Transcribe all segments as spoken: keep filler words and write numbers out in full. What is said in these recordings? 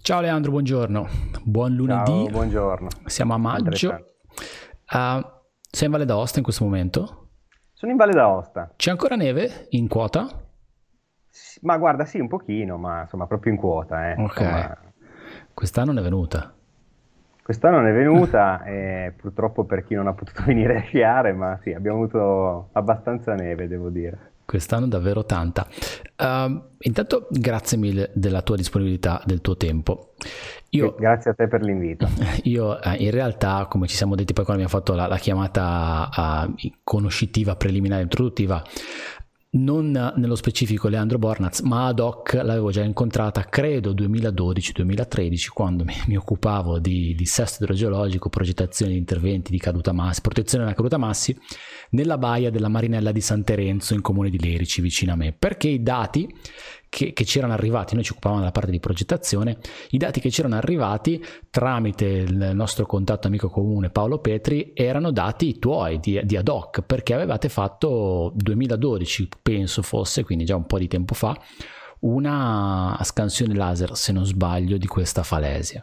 Ciao Leandro, buongiorno. Buon lunedì. Ciao, buongiorno. Siamo a maggio. Altrettanto. Uh, sei in Valle d'Aosta in questo momento? Sono in Valle d'Aosta. C'è ancora neve in quota? Sì, ma guarda, sì, un pochino, ma insomma proprio in quota, eh. Ok. Insomma, Quest'anno non è venuta. quest'anno non è venuta, e purtroppo per chi non ha potuto venire a sciare, ma sì, abbiamo avuto abbastanza neve, devo dire. Quest'anno davvero tanta. Uh, intanto grazie mille della tua disponibilità, del tuo tempo. Io, Grazie a te per l'invito. Io eh, in realtà, come ci siamo detti poi quando abbiamo fatto la, la chiamata uh, conoscitiva, preliminare, introduttiva, non nello specifico Leandro Bornaz, ma ad hoc l'avevo già incontrata, credo duemiladodici duemilatredici, quando mi, mi occupavo di dissesto idrogeologico, progettazione di interventi di caduta massi, protezione della caduta massi, nella baia della Marinella di San Terenzo, in comune di Lerici, vicino a me, perché i dati che, che c'erano arrivati, noi ci occupavamo della parte di progettazione, i dati che c'erano arrivati tramite il nostro contatto amico comune Paolo Petri erano dati tuoi, di, di ad hoc, perché avevate fatto duemiladodici, penso fosse, quindi già un po' di tempo fa, una scansione laser, se non sbaglio, di questa falesia.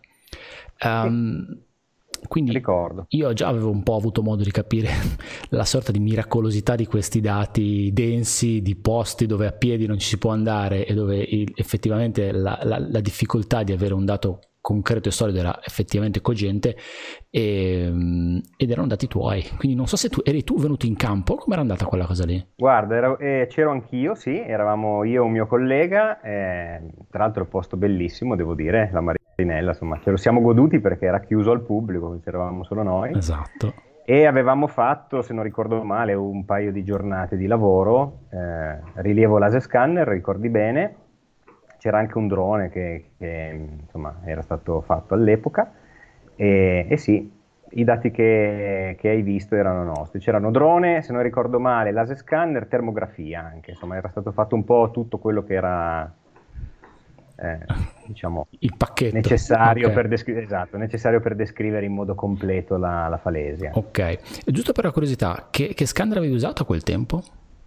Um, quindi Ricordo. io già avevo un po' avuto modo di capire la sorta di miracolosità di questi dati densi, di posti dove a piedi non ci si può andare e dove il, effettivamente la, la, la difficoltà di avere un dato concreto e solido era effettivamente cogente, e, ed erano dati tuoi. Quindi non so se tu eri tu venuto in campo, come era andata quella cosa lì? Guarda, ero- eh, c'ero anch'io, sì, eravamo io e un mio collega, eh, tra l'altro è un posto bellissimo, devo dire, la Marinella, insomma, ce lo siamo goduti perché era chiuso al pubblico, quindi c'eravamo solo noi, Esatto. e avevamo fatto, se non ricordo male, un paio di giornate di lavoro, eh, rilievo laser scanner, ricordi bene, c'era anche un drone che, che, insomma, era stato fatto all'epoca, e, e sì, i dati che, che hai visto erano nostri. C'erano drone, se non ricordo male, laser scanner, termografia anche. Insomma, era stato fatto un po' tutto quello che era, eh, diciamo, Il pacchetto. necessario, Ok. per descri- esatto, necessario per descrivere in modo completo la, la falesia. Ok. E giusto per la curiosità, che, che scanner avevi usato a quel tempo?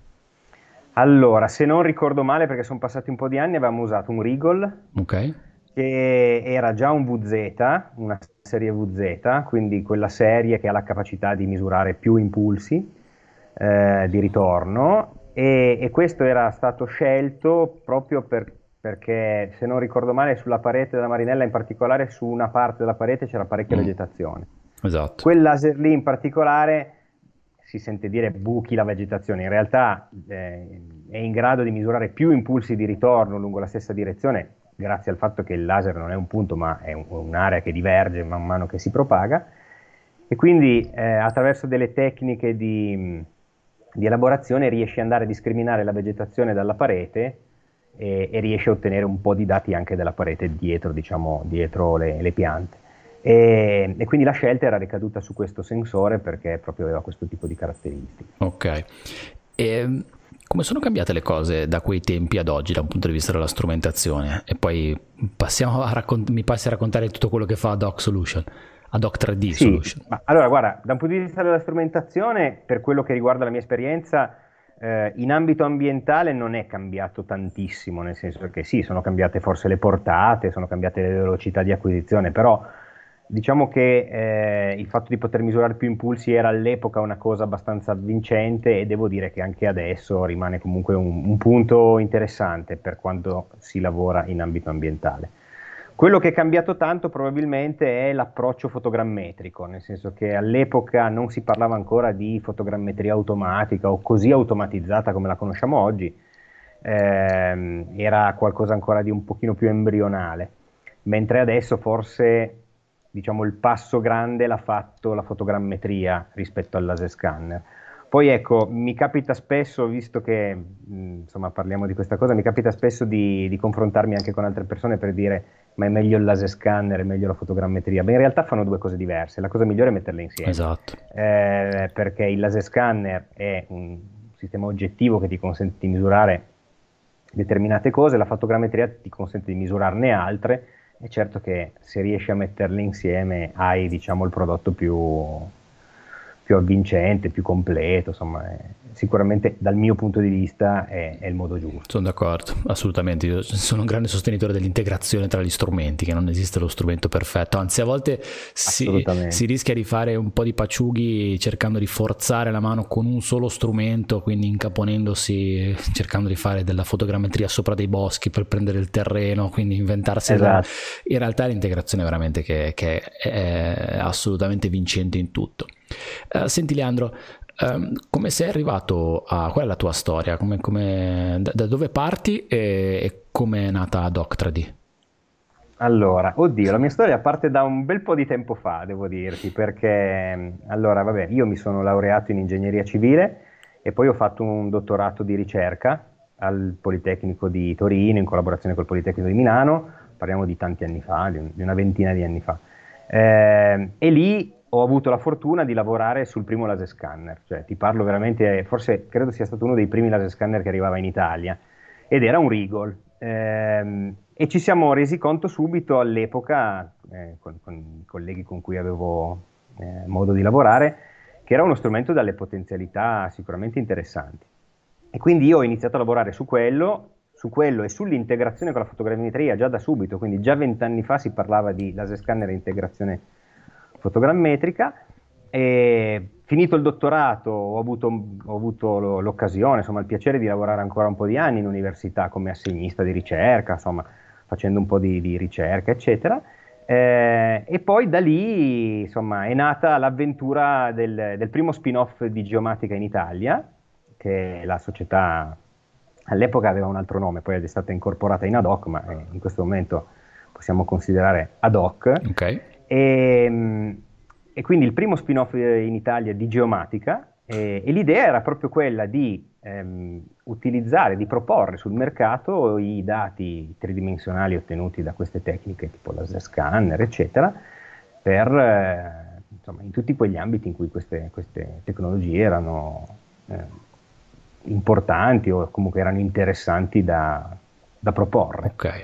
Allora, se non ricordo male, perché sono passati un po' di anni, avevamo usato un Rigol Ok. che era già un V Z, una serie V Z, quindi quella serie che ha la capacità di misurare più impulsi eh, di ritorno, e, e questo era stato scelto proprio per- perché, se non ricordo male, sulla parete della Marinella, in particolare su una parte della parete, c'era parecchia Mm. vegetazione. Esatto. Quel laser lì in particolare, si sente dire buchi la vegetazione, in realtà eh, è in grado di misurare più impulsi di ritorno lungo la stessa direzione, grazie al fatto che il laser non è un punto, ma è un- un'area che diverge man mano che si propaga, e quindi eh, attraverso delle tecniche di, di elaborazione riesce ad andare a discriminare la vegetazione dalla parete, e, e riesce a ottenere un po' di dati anche dalla parete dietro, diciamo, dietro le, le piante. E, e quindi la scelta era ricaduta su questo sensore perché proprio aveva questo tipo di caratteristiche. Ok. E come sono cambiate le cose da quei tempi ad oggi da un punto di vista della strumentazione? E poi passiamo a raccont- mi passi a raccontare tutto quello che fa Ad Hoc Solution, Ad Hoc tre D Sì, Solution. ma allora guarda, da un punto di vista della strumentazione, per quello che riguarda la mia esperienza, eh, in ambito ambientale non è cambiato tantissimo, nel senso che sì, sono cambiate forse le portate, sono cambiate le velocità di acquisizione, però diciamo che eh, il fatto di poter misurare più impulsi era all'epoca una cosa abbastanza vincente, e devo dire che anche adesso rimane comunque un, un punto interessante per quando si lavora in ambito ambientale. Quello che è cambiato tanto probabilmente è l'approccio fotogrammetrico, nel senso che all'epoca non si parlava ancora di fotogrammetria automatica o così automatizzata come la conosciamo oggi, ehm, era qualcosa ancora di un pochino più embrionale, mentre adesso forse, diciamo, il passo grande l'ha fatto la fotogrammetria rispetto al laser scanner. Poi ecco, mi capita spesso, visto che mh, insomma parliamo di questa cosa, mi capita spesso di, di confrontarmi anche con altre persone per dire: ma è meglio il laser scanner, è meglio la fotogrammetria? Beh, in realtà fanno due cose diverse, la cosa migliore è metterle insieme, Esatto. eh, perché il laser scanner è un sistema oggettivo che ti consente di misurare determinate cose, la fotogrammetria ti consente di misurarne altre, e certo che se riesci a metterle insieme hai, diciamo, il prodotto più, più avvincente, più completo, insomma, è, sicuramente dal mio punto di vista è, è il modo giusto. Sono d'accordo, assolutamente. Io sono un grande sostenitore dell'integrazione tra gli strumenti, che non esiste lo strumento perfetto, anzi a volte si, si rischia di fare un po' di paciughi cercando di forzare la mano con un solo strumento, quindi incaponendosi, cercando di fare della fotogrammetria sopra dei boschi per prendere il terreno, quindi inventarsi esatto. la... in realtà è l'integrazione veramente che, che è assolutamente vincente in tutto. Uh, senti Leandro, Um, come sei arrivato a... qual è la tua storia? Come, come... Da, da dove parti e, e come è nata Doc tre D? Allora, oddio, la mia storia parte da un bel po' di tempo fa, devo dirti, perché allora, vabbè, io mi sono laureato in ingegneria civile e poi ho fatto un dottorato di ricerca al Politecnico di Torino in collaborazione col Politecnico di Milano, parliamo di tanti anni fa, di, un, di una ventina di anni fa. Eh, e lì ho avuto la fortuna di lavorare sul primo laser scanner, cioè ti parlo veramente, forse credo sia stato uno dei primi laser scanner che arrivava in Italia, ed era un Rigol, ehm, e ci siamo resi conto subito all'epoca, eh, con, con i colleghi con cui avevo eh, modo di lavorare, che era uno strumento dalle potenzialità sicuramente interessanti. E quindi io ho iniziato a lavorare su quello, su quello e sull'integrazione con la fotogrammetria già da subito, quindi già vent'anni fa si parlava di laser scanner e integrazione fotogrammetrica. E finito il dottorato ho avuto, ho avuto l'occasione, insomma il piacere di lavorare ancora un po' di anni in università come assegnista di ricerca, insomma facendo un po' di, di ricerca eccetera, eh, e poi da lì insomma è nata l'avventura del, del primo spin-off di Geomatica in Italia, che la società all'epoca aveva un altro nome, poi è stata incorporata in Ad-Hoc, ma eh, in questo momento possiamo considerare Ad-Hoc. Okay. E, e quindi il primo spin-off in Italia di Geomatica, e, e l'idea era proprio quella di ehm, utilizzare, di proporre sul mercato i dati tridimensionali ottenuti da queste tecniche tipo laser scanner eccetera, per eh, insomma in tutti quegli ambiti in cui queste, queste tecnologie erano eh, importanti o comunque erano interessanti da, da proporre. Okay.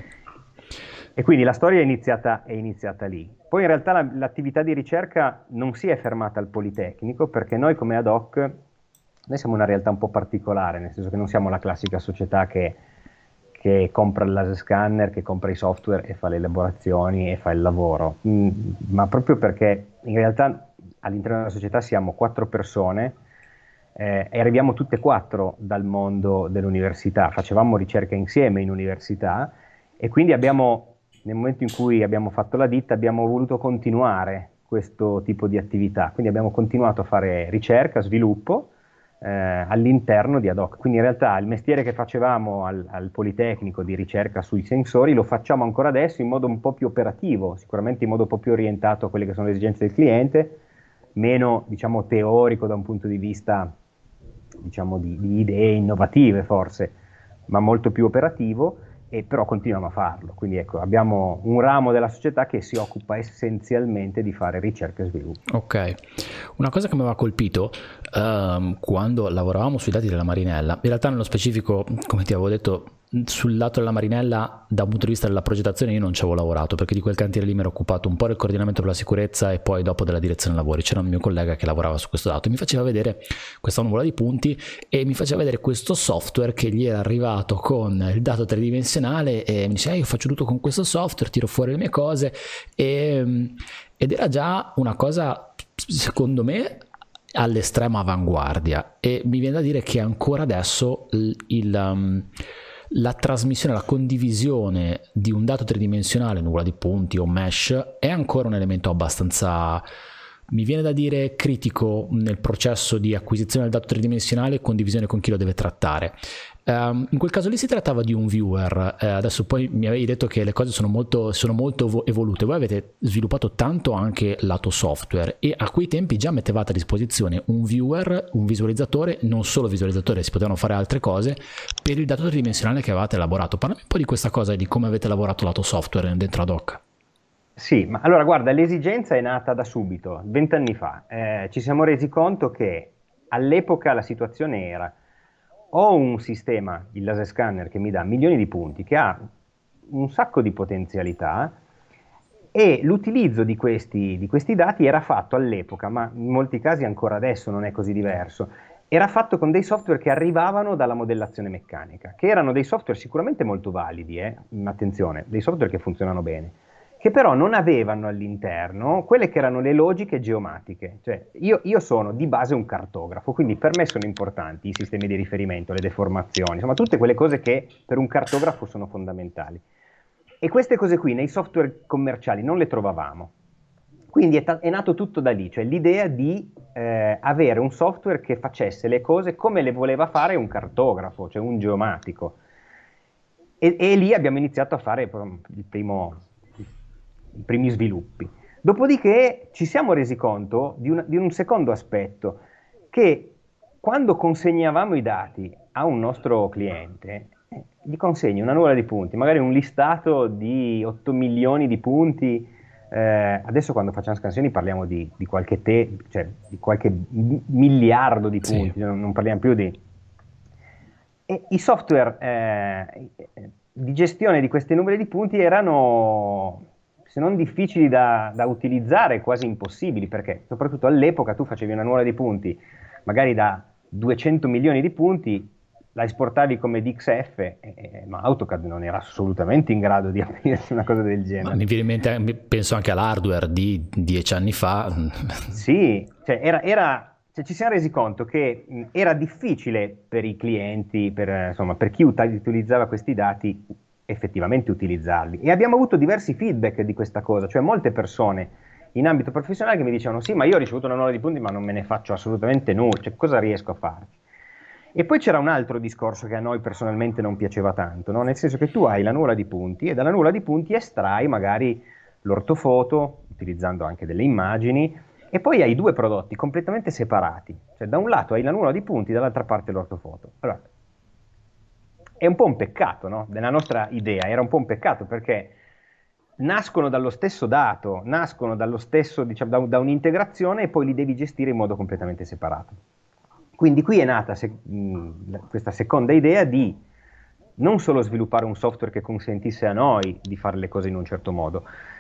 E quindi la storia è iniziata, è iniziata lì. Poi in realtà la, l'attività di ricerca non si è fermata al Politecnico, perché noi come Ad-Hoc, noi siamo una realtà un po' particolare, nel senso che non siamo la classica società che, che compra il laser scanner, che compra i software e fa le elaborazioni e fa il lavoro, mm, ma proprio perché in realtà all'interno della società siamo quattro persone eh, e arriviamo tutte e quattro dal mondo dell'università, facevamo ricerca insieme in università e quindi abbiamo... Nel momento in cui abbiamo fatto la ditta abbiamo voluto continuare questo tipo di attività, quindi abbiamo continuato a fare ricerca, sviluppo eh, all'interno di Ad-Hoc. Quindi in realtà il mestiere che facevamo al, al Politecnico di ricerca sui sensori lo facciamo ancora adesso in modo un po' più operativo, sicuramente in modo un po' più orientato a quelle che sono le esigenze del cliente, meno diciamo teorico da un punto di vista diciamo di, di idee innovative forse, ma molto più operativo. E però continuiamo a farlo, quindi ecco abbiamo un ramo della società che si occupa essenzialmente di fare ricerca e sviluppo. Ok, una cosa che mi aveva colpito um, quando lavoravamo sui dati della Marinella, in realtà nello specifico come ti avevo detto sul lato della Marinella da un punto di vista della progettazione io non ci avevo lavorato perché di quel cantiere lì mi ero occupato un po' del coordinamento per la sicurezza e poi dopo della direzione lavori, c'era un mio collega che lavorava su questo dato e mi faceva vedere questa nuvola di punti e mi faceva vedere questo software che gli era arrivato con il dato tridimensionale e mi diceva eh, io faccio tutto con questo software, tiro fuori le mie cose e, ed era già una cosa secondo me all'estrema avanguardia e mi viene da dire che ancora adesso il, il um, la trasmissione, la condivisione di un dato tridimensionale, nuvola di punti o mesh, è ancora un elemento abbastanza, mi viene da dire, critico nel processo di acquisizione del dato tridimensionale e condivisione con chi lo deve trattare. Um, in quel caso lì si trattava di un viewer, eh, adesso poi mi avevi detto che le cose sono molto, sono molto evolute, voi avete sviluppato tanto anche lato software e a quei tempi già mettevate a disposizione un viewer, un visualizzatore, non solo visualizzatore, si potevano fare altre cose per il dato tridimensionale che avevate elaborato. Parlami un po' di questa cosa e di come avete lavorato lato software dentro Ad-Hoc. Sì, ma allora guarda, l'esigenza è nata da subito, vent'anni fa, eh, ci siamo resi conto che all'epoca la situazione era ho un sistema, il laser scanner, che mi dà milioni di punti, che ha un sacco di potenzialità e l'utilizzo di questi, di questi dati era fatto all'epoca, ma in molti casi ancora adesso non è così diverso, era fatto con dei software che arrivavano dalla modellazione meccanica, che erano dei software sicuramente molto validi, eh? Attenzione, dei software che funzionano bene, che però non avevano all'interno quelle che erano le logiche geomatiche. Cioè, io, io sono di base un cartografo, quindi per me sono importanti i sistemi di riferimento, le deformazioni, insomma tutte quelle cose che per un cartografo sono fondamentali. E queste cose qui nei software commerciali non le trovavamo. Quindi è, è nato tutto da lì, cioè l'idea di eh, avere un software che facesse le cose come le voleva fare un cartografo, cioè un geomatico. E, e lì abbiamo iniziato a fare il primo, i primi sviluppi. Dopodiché ci siamo resi conto di un, di un secondo aspetto, che quando consegnavamo i dati a un nostro cliente, eh, gli consegni una nuvola di punti, magari un listato di otto milioni di punti. Eh, adesso quando facciamo scansioni parliamo di, di qualche te, cioè di qualche miliardo di punti, sì. non, non parliamo più di... E i software eh, di gestione di questi numeri di punti erano, se non difficili da, da utilizzare, quasi impossibili, perché soprattutto all'epoca tu facevi una nuvola di punti, magari da duecento milioni di punti, la esportavi come D X F, eh, ma AutoCAD non era assolutamente in grado di aprirsi una cosa del genere. Mi viene in mente, penso anche all'hardware di dieci anni fa. Sì, cioè era, era, cioè ci siamo resi conto che mh, era difficile per i clienti, per, insomma, per chi utilizzava questi dati, effettivamente utilizzarli. E abbiamo avuto diversi feedback di questa cosa, cioè molte persone in ambito professionale che mi dicevano sì, ma io ho ricevuto una nuvola di punti ma non me ne faccio assolutamente nulla, cioè cosa riesco a fare? E poi c'era un altro discorso che a noi personalmente non piaceva tanto, no? Nel senso che tu hai la nuvola di punti e dalla nuvola di punti estrai magari l'ortofoto, utilizzando anche delle immagini, e poi hai due prodotti completamente separati. Cioè da un lato hai la nuvola di punti, dall'altra parte l'ortofoto. Allora, è un po' un peccato, no? Nella nostra idea era un po' un peccato perché nascono dallo stesso dato, nascono dallo stesso, diciamo, da, da un'integrazione e poi li devi gestire in modo completamente separato. Quindi qui è nata se, mh, questa seconda idea di non solo sviluppare un software che consentisse a noi di fare le cose in un certo modo,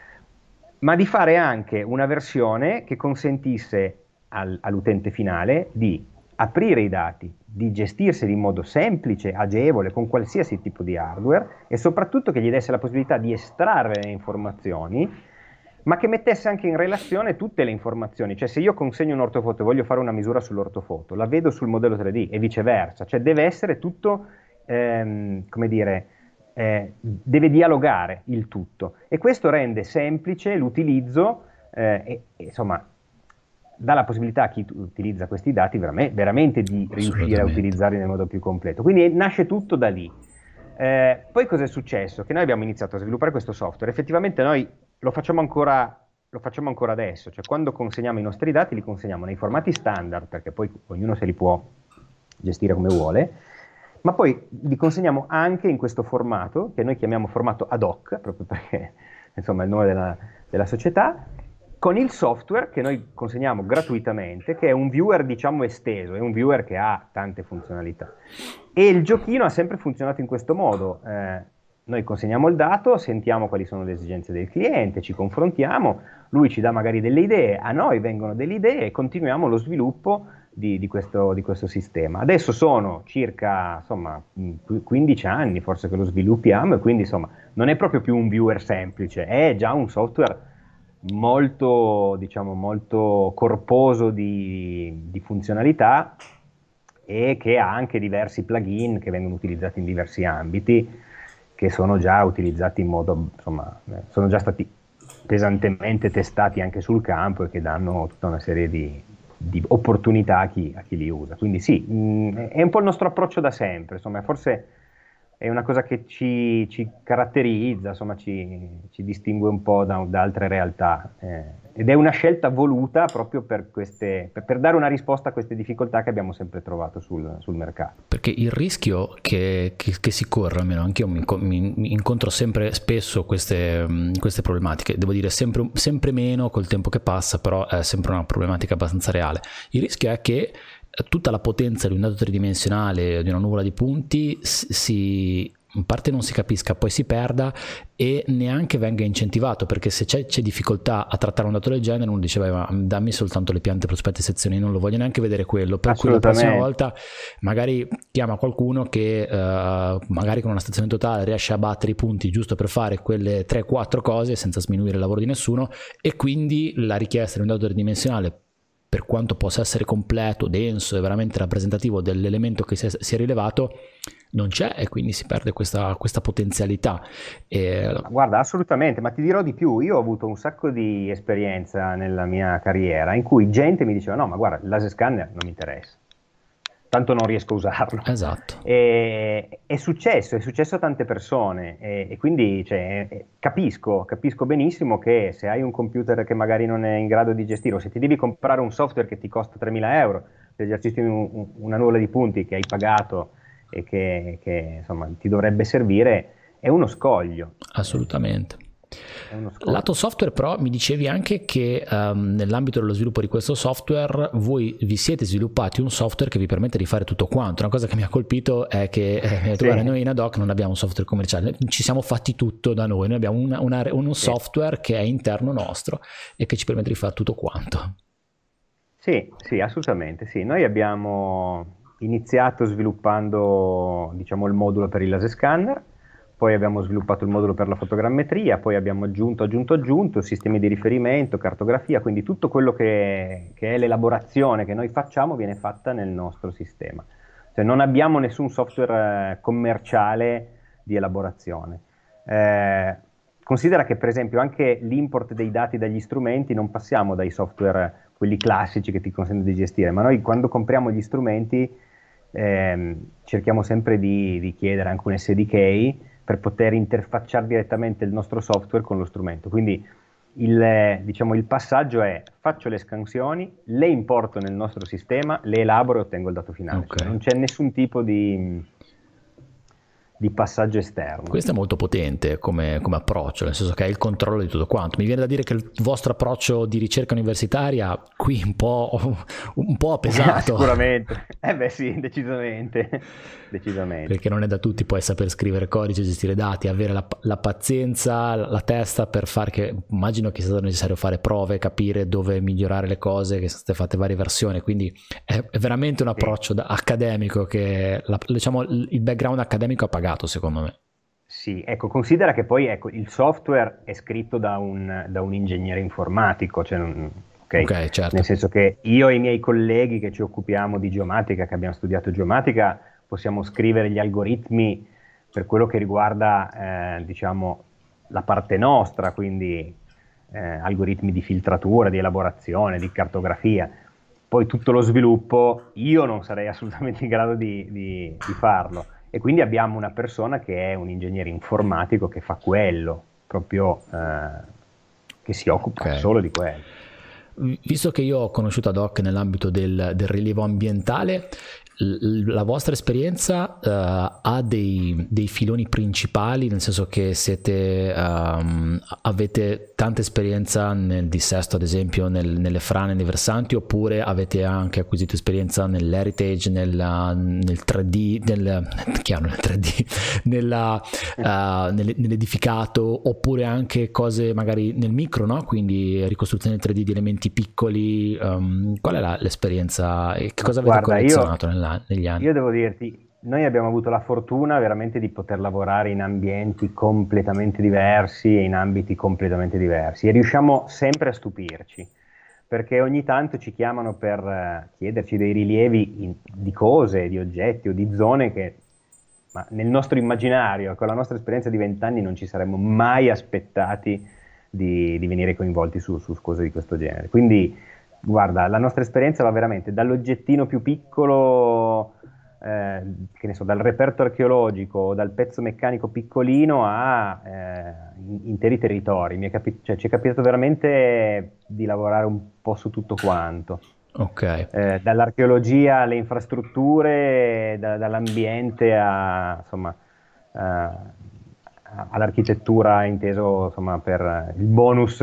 ma di fare anche una versione che consentisse al, all'utente finale di aprire i dati, di gestirseli in modo semplice, agevole, con qualsiasi tipo di hardware e soprattutto che gli desse la possibilità di estrarre le informazioni, ma che mettesse anche in relazione tutte le informazioni. Cioè se io consegno un ortofoto e voglio fare una misura sull'ortofoto, la vedo sul modello tre D e viceversa, cioè deve essere tutto, ehm, come dire, eh, deve dialogare il tutto e questo rende semplice l'utilizzo eh, e, e insomma dà la possibilità a chi utilizza questi dati veramente, veramente di riuscire a utilizzarli nel modo più completo. Quindi nasce tutto da lì. Eh, poi cosa è successo? Che noi abbiamo iniziato a sviluppare questo software, effettivamente noi lo facciamo ancora, lo facciamo ancora adesso, cioè quando consegniamo i nostri dati li consegniamo nei formati standard, perché poi ognuno se li può gestire come vuole, ma poi li consegniamo anche in questo formato, che noi chiamiamo formato ad hoc, proprio perché insomma è il nome della, della società, con il software che noi consegniamo gratuitamente, che è un viewer diciamo esteso, è un viewer che ha tante funzionalità. E il giochino ha sempre funzionato in questo modo. Eh, noi consegniamo il dato, sentiamo quali sono le esigenze del cliente, ci confrontiamo, lui ci dà magari delle idee, a noi vengono delle idee e continuiamo lo sviluppo di, di, questo, di questo sistema. Adesso sono circa insomma, quindici anni forse che lo sviluppiamo e quindi insomma non è proprio più un viewer semplice, è già un software molto, diciamo, molto corposo di, di funzionalità e che ha anche diversi plugin che vengono utilizzati in diversi ambiti, che sono già utilizzati in modo, insomma, sono già stati pesantemente testati anche sul campo e che danno tutta una serie di, di opportunità a chi, a chi li usa. Quindi sì, mh, è un po' il nostro approccio da sempre, insomma, forse è una cosa che ci, ci caratterizza, insomma, ci, ci distingue un po' da, da altre realtà. Eh, ed è una scelta voluta proprio per, queste, per, per dare una risposta a queste difficoltà che abbiamo sempre trovato sul, sul mercato. Perché il rischio che, che, che si corre, almeno anch'io mi, mi, mi incontro sempre spesso queste, queste problematiche, devo dire sempre, sempre meno col tempo che passa, però è sempre una problematica abbastanza reale. Il rischio è che tutta la potenza di un dato tridimensionale, di una nuvola di punti, si in parte non si capisca, poi si perda e neanche venga incentivato, perché se c'è, c'è difficoltà a trattare un dato del genere, uno dice ma dammi soltanto le piante, prospetti e sezioni, non lo voglio neanche vedere quello, per cui la prossima volta magari chiama qualcuno che uh, magari con una stazione totale riesce a battere i punti giusto per fare quelle tre quattro cose senza sminuire il lavoro di nessuno, e quindi la richiesta di un dato tridimensionale, per quanto possa essere completo, denso e veramente rappresentativo dell'elemento che si è, si è rilevato, non c'è, e quindi si perde questa, questa potenzialità. E... Guarda, assolutamente, ma ti dirò di più, io ho avuto un sacco di esperienza nella mia carriera in cui gente mi diceva no, ma guarda, il laser scanner non mi interessa, tanto non riesco a usarlo. Esatto. E, è successo, è successo a tante persone, e, e quindi cioè, capisco, capisco benissimo che se hai un computer che magari non è in grado di gestire, o se ti devi comprare un software che ti costa tremila euro per esercizio un, una nuvola di punti che hai pagato e che, che insomma ti dovrebbe servire, è uno scoglio. Assolutamente. È uno scoglio. Lato software però mi dicevi anche che um, nell'ambito dello sviluppo di questo software voi vi siete sviluppati un software che vi permette di fare tutto quanto. Una cosa che mi ha colpito è che eh, sì. guarda, noi in Ad-Hoc non abbiamo un software commerciale, ci siamo fatti tutto da noi, noi abbiamo una, una, uno sì. software che è interno nostro e che ci permette di fare tutto quanto. Sì, sì, assolutamente sì. Noi abbiamo iniziato sviluppando, diciamo, il modulo per il laser scanner, poi abbiamo sviluppato il modulo per la fotogrammetria, poi abbiamo aggiunto, aggiunto, aggiunto sistemi di riferimento, cartografia, quindi tutto quello che, che è l'elaborazione che noi facciamo viene fatta nel nostro sistema. Cioè non abbiamo nessun software commerciale di elaborazione. Eh, considera che per esempio anche l'import dei dati dagli strumenti non passiamo dai software, quelli classici che ti consentono di gestire, ma noi quando compriamo gli strumenti ehm, cerchiamo sempre di, di chiedere anche un S D K per poter interfacciare direttamente il nostro software con lo strumento. Quindi il, diciamo, il passaggio è: faccio le scansioni, le importo nel nostro sistema, le elaboro e ottengo il dato finale. Okay. Cioè, non c'è nessun tipo di, di passaggio esterno. Questo è molto potente come, come approccio, nel senso che hai il controllo di tutto quanto. Mi viene da dire che il vostro approccio di ricerca universitaria qui un po', un po' ha pesato. Sicuramente, eh beh sì, decisamente, decisamente. Perché non è da tutti poi saper scrivere codice, gestire dati, avere la, la pazienza, la testa per fare, che immagino che sia stato necessario fare prove, capire dove migliorare le cose, che sono state fatte varie versioni, quindi è, è veramente un approccio sì. da, accademico che la, diciamo il background accademico ha pagato, secondo me. Sì, ecco, considera che poi ecco, il software è scritto da un, da un ingegnere informatico, cioè non, okay? Okay, certo. Nel senso che io e i miei colleghi che ci occupiamo di geomatica, che abbiamo studiato geomatica, possiamo scrivere gli algoritmi per quello che riguarda eh, diciamo, la parte nostra, quindi eh, algoritmi di filtratura, di elaborazione, di cartografia. Poi tutto lo sviluppo io non sarei assolutamente in grado di, di, di farlo, e quindi abbiamo una persona che è un ingegnere informatico che fa quello, proprio eh, che si occupa okay. solo di quello. Visto che io ho conosciuto Ad-Hoc nell'ambito del, del rilievo ambientale, la vostra esperienza uh, ha dei, dei filoni principali, nel senso che siete um, avete tanta esperienza nel dissesto, ad esempio nel, nelle frane, nei versanti, oppure avete anche acquisito esperienza nell'heritage, nella, nel tre D, nel, chiaro, nel tre D, nella, uh, nell'edificato, oppure anche cose magari nel micro, no? Quindi ricostruzione tre D di elementi piccoli. Um, qual è la, l'esperienza e che cosa avete Guarda, collezionato io... nella negli anni? Io devo dirti, noi abbiamo avuto la fortuna veramente di poter lavorare in ambienti completamente diversi e in ambiti completamente diversi, e riusciamo sempre a stupirci, perché ogni tanto ci chiamano per uh, chiederci dei rilievi in, di cose, di oggetti o di zone che ma nel nostro immaginario, con la nostra esperienza di vent'anni, non ci saremmo mai aspettati di, di venire coinvolti su, su cose di questo genere. Quindi guarda, la nostra esperienza va veramente dall'oggettino più piccolo, eh, che ne so, dal reperto archeologico, dal pezzo meccanico piccolino a eh, interi territori. Mi è capi- cioè, ci è capitato veramente di lavorare un po' su tutto quanto. Okay. Eh, dall'archeologia alle infrastrutture, da, dall'ambiente a, insomma, eh, all'architettura, inteso insomma, per il bonus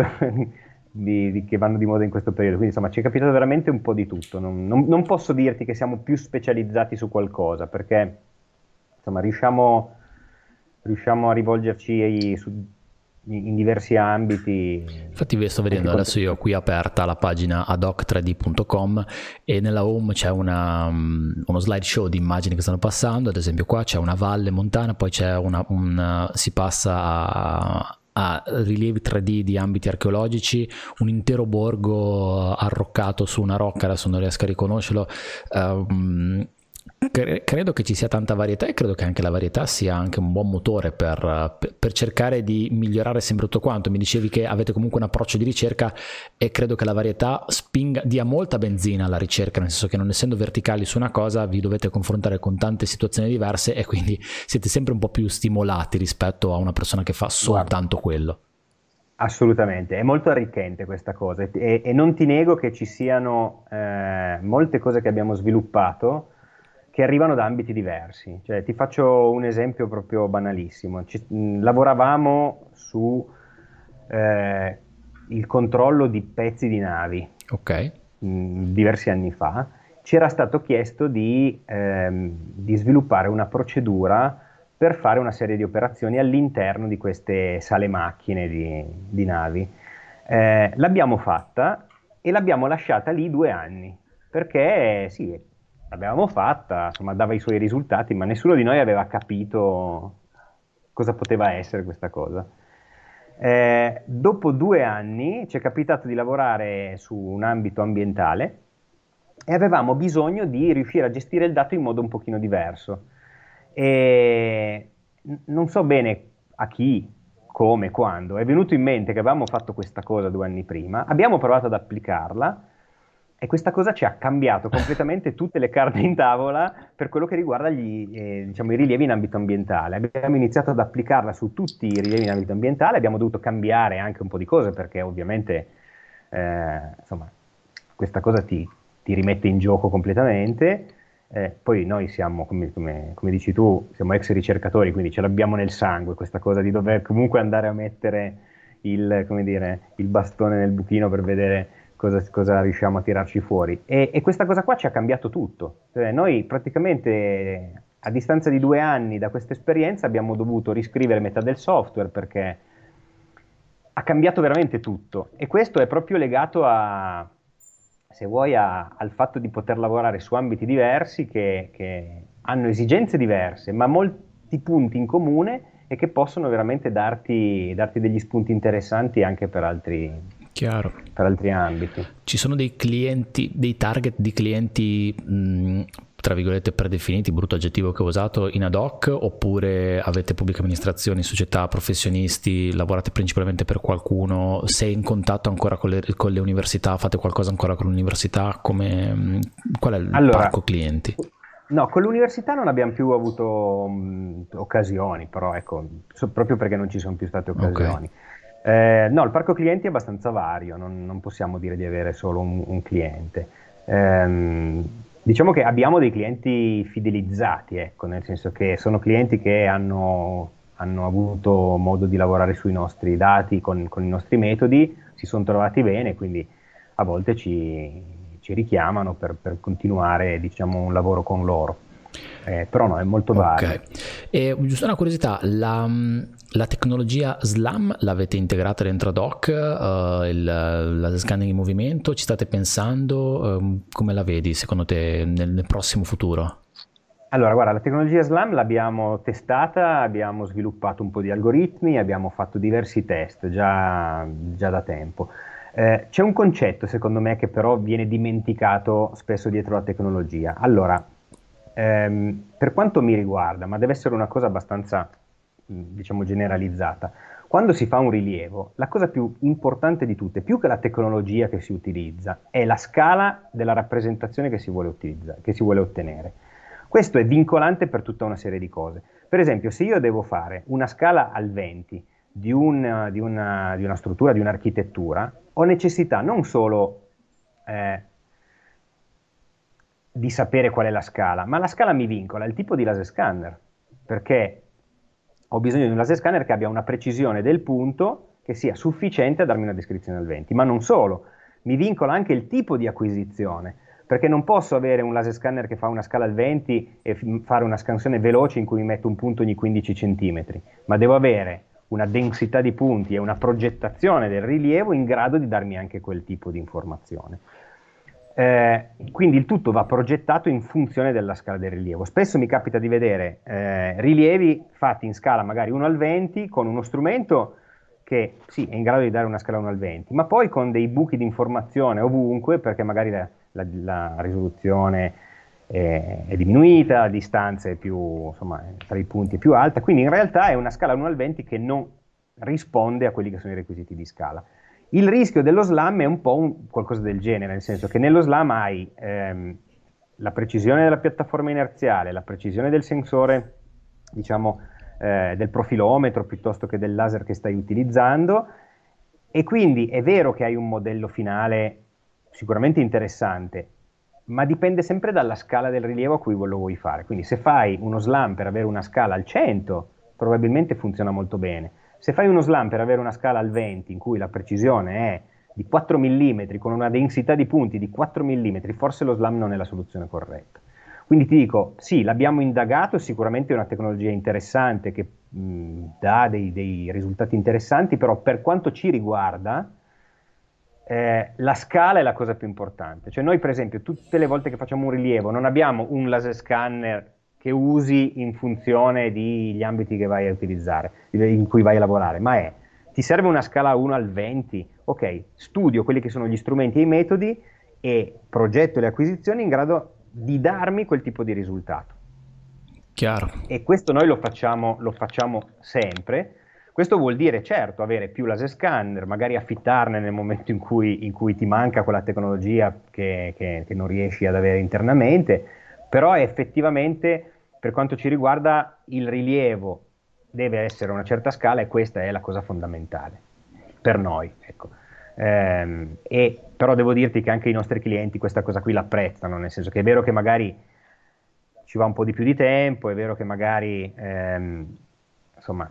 Di, di, che vanno di moda in questo periodo. Quindi insomma ci è capitato veramente un po' di tutto. Non, non, non posso dirti che siamo più specializzati su qualcosa, perché insomma riusciamo riusciamo a rivolgerci ai, su, in diversi ambiti. Infatti vi sto vedendo adesso, io ho qui aperta la pagina adoc tre d punto com e nella home c'è una, um, uno slideshow di immagini che stanno passando. Ad esempio qua c'è una valle montana, poi c'è una, una si passa a, a rilievi tre D di ambiti archeologici, un intero borgo arroccato su una rocca, adesso non riesco a riconoscerlo. um, Credo che ci sia tanta varietà e credo che anche la varietà sia anche un buon motore per, per cercare di migliorare sempre tutto quanto. Mi dicevi che avete comunque un approccio di ricerca e credo che la varietà spinga, dia molta benzina alla ricerca, nel senso che non essendo verticali su una cosa vi dovete confrontare con tante situazioni diverse e quindi siete sempre un po' più stimolati rispetto a una persona che fa soltanto quello. Assolutamente, è molto arricchente questa cosa e, e non ti nego che ci siano eh, molte cose che abbiamo sviluppato che arrivano da ambiti diversi. Cioè, ti faccio un esempio proprio banalissimo. Ci, mh, lavoravamo su eh, il controllo di pezzi di navi, ok, mh, diversi anni fa. Ci era stato chiesto di, ehm, di sviluppare una procedura per fare una serie di operazioni all'interno di queste sale macchine di, di navi. Eh, l'abbiamo fatta e l'abbiamo lasciata lì due anni, perché sì, l'avevamo fatta, insomma, dava i suoi risultati, ma nessuno di noi aveva capito cosa poteva essere questa cosa. Eh, dopo due anni ci è capitato di lavorare su un ambito ambientale e avevamo bisogno di riuscire a gestire il dato in modo un pochino diverso. E non so bene a chi, come, quando. È venuto in mente che avevamo fatto questa cosa due anni prima, abbiamo provato ad applicarla e questa cosa ci ha cambiato completamente tutte le carte in tavola per quello che riguarda gli, eh, diciamo, i rilievi in ambito ambientale. Abbiamo iniziato ad applicarla su tutti i rilievi in ambito ambientale, abbiamo dovuto cambiare anche un po' di cose perché ovviamente eh, insomma, questa cosa ti, ti rimette in gioco completamente. Eh, poi noi siamo, come, come, come dici tu, siamo ex ricercatori, quindi ce l'abbiamo nel sangue questa cosa di dover comunque andare a mettere il, come dire, il bastone nel buchino per vedere cosa, cosa riusciamo a tirarci fuori. E, e questa cosa qua ci ha cambiato tutto. Cioè, noi praticamente a distanza di due anni da questa esperienza abbiamo dovuto riscrivere metà del software perché ha cambiato veramente tutto. E questo è proprio legato a, se vuoi, a, al fatto di poter lavorare su ambiti diversi che, che hanno esigenze diverse, ma molti punti in comune e che possono veramente darti, darti degli spunti interessanti anche per altri, chiaro, per altri ambiti. Ci sono dei clienti, dei target di clienti mh, tra virgolette predefiniti, brutto aggettivo che ho usato, in ad hoc, oppure avete pubbliche amministrazioni, società, professionisti, lavorate principalmente per qualcuno? Sei in contatto ancora con le, con le università? Fate qualcosa ancora con l'università? Come, qual è il allora, parco clienti? No, con l'università non abbiamo più avuto mh, occasioni, però ecco, so, proprio perché non ci sono più state occasioni. Okay. Eh, no, il parco clienti è abbastanza vario, non, non possiamo dire di avere solo un, un cliente. Ehm, diciamo che abbiamo dei clienti fidelizzati, ecco, nel senso che sono clienti che hanno, hanno avuto modo di lavorare sui nostri dati, con, con i nostri metodi, si sono trovati bene, quindi a volte ci, ci richiamano per, per continuare, diciamo, un lavoro con loro. Eh, però no, è molto vario. Okay. E giusto una curiosità, la, la tecnologia SLAM l'avete integrata dentro ad hoc, uh, il, la scanning in movimento, ci state pensando? Uh, come la vedi secondo te nel, nel prossimo futuro? Allora, guarda, la tecnologia SLAM l'abbiamo testata, abbiamo sviluppato un po' di algoritmi, abbiamo fatto diversi test già, già da tempo. Eh, c'è un concetto, secondo me, che però viene dimenticato spesso dietro la tecnologia. Allora, ehm, per quanto mi riguarda, ma deve essere una cosa abbastanza, diciamo, generalizzata, quando si fa un rilievo, la cosa più importante di tutte, più che la tecnologia che si utilizza, è la scala della rappresentazione che si vuole utilizzare, che si vuole ottenere. Questo è vincolante per tutta una serie di cose. Per esempio, se io devo fare una scala al venti di, un, di, una, di una struttura, di un'architettura, ho necessità non solo eh, di sapere qual è la scala, ma la scala mi vincola il tipo di laser scanner, perché ho bisogno di un laser scanner che abbia una precisione del punto che sia sufficiente a darmi una descrizione al venti, ma non solo, mi vincola anche il tipo di acquisizione, perché non posso avere un laser scanner che fa una scala al venti e f- fare una scansione veloce in cui mi metto un punto ogni quindici centimetri, ma devo avere una densità di punti e una progettazione del rilievo in grado di darmi anche quel tipo di informazione. Eh, quindi il tutto va progettato in funzione della scala del rilievo. Spesso mi capita di vedere eh, rilievi fatti in scala magari uno al venti con uno strumento che sì, è in grado di dare una scala uno al venti, ma poi con dei buchi di informazione ovunque, perché magari la, la, la risoluzione è, è diminuita, la distanza è più, insomma, tra i punti è più alta, quindi in realtà è una scala uno al venti che non risponde a quelli che sono i requisiti di scala. Il rischio dello SLAM è un po' un, qualcosa del genere, nel senso che nello SLAM hai ehm, la precisione della piattaforma inerziale, la precisione del sensore, diciamo, eh, del profilometro piuttosto che del laser che stai utilizzando, e quindi è vero che hai un modello finale sicuramente interessante, ma dipende sempre dalla scala del rilievo a cui lo vuoi fare. Quindi se fai uno SLAM per avere una scala al cento, probabilmente funziona molto bene. Se fai uno SLAM per avere una scala al venti in cui la precisione è di quattro millimetri con una densità di punti di quattro millimetri, forse lo SLAM non è la soluzione corretta. Quindi ti dico, sì, l'abbiamo indagato, sicuramente è una tecnologia interessante che mh, dà dei, dei risultati interessanti, però per quanto ci riguarda eh, la scala è la cosa più importante. Cioè noi per esempio tutte le volte che facciamo un rilievo non abbiamo un laser scanner che usi in funzione degli ambiti che vai a utilizzare, in cui vai a lavorare, ma è, ti serve una scala uno al venti, ok, studio quelli che sono gli strumenti e i metodi e progetto le acquisizioni in grado di darmi quel tipo di risultato. Chiaro. E questo noi lo facciamo, lo facciamo sempre. Questo vuol dire, certo, avere più laser scanner, magari affittarne nel momento in cui, in cui ti manca quella tecnologia che, che, che non riesci ad avere internamente, però effettivamente, per quanto ci riguarda, il rilievo deve essere a una certa scala e questa è la cosa fondamentale per noi. Ecco. Ehm, e, però devo dirti che anche i nostri clienti questa cosa qui l'apprezzano, nel senso che è vero che magari ci va un po' di più di tempo, è vero che magari, ehm, insomma,